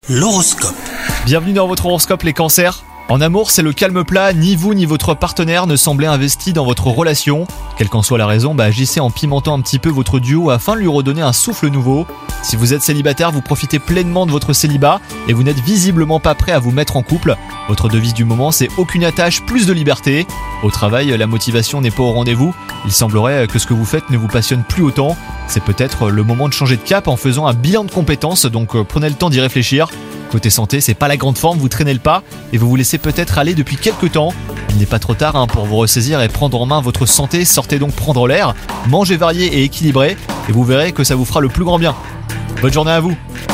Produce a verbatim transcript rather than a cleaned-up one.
L'horoscope. Bienvenue dans votre horoscope les cancers. En amour, c'est le calme plat, ni vous ni votre partenaire ne semblez investis dans votre relation. Quelle qu'en soit la raison, bah agissez en pimentant un petit peu votre duo afin de lui redonner un souffle nouveau. Si vous êtes célibataire, vous profitez pleinement de votre célibat et vous n'êtes visiblement pas prêt à vous mettre en couple. Votre devise du moment, c'est aucune attache, plus de liberté. Au travail, la motivation n'est pas au rendez-vous. Il semblerait que ce que vous faites ne vous passionne plus autant. C'est peut-être le moment de changer de cap en faisant un bilan de compétences, donc prenez le temps d'y réfléchir. Côté santé, c'est pas la grande forme, vous traînez le pas et vous vous laissez peut-être aller depuis quelques temps. Il n'est pas trop tard hein, pour vous ressaisir et prendre en main votre santé, sortez donc prendre l'air, mangez varié et équilibré et vous verrez que ça vous fera le plus grand bien. Bonne journée à vous.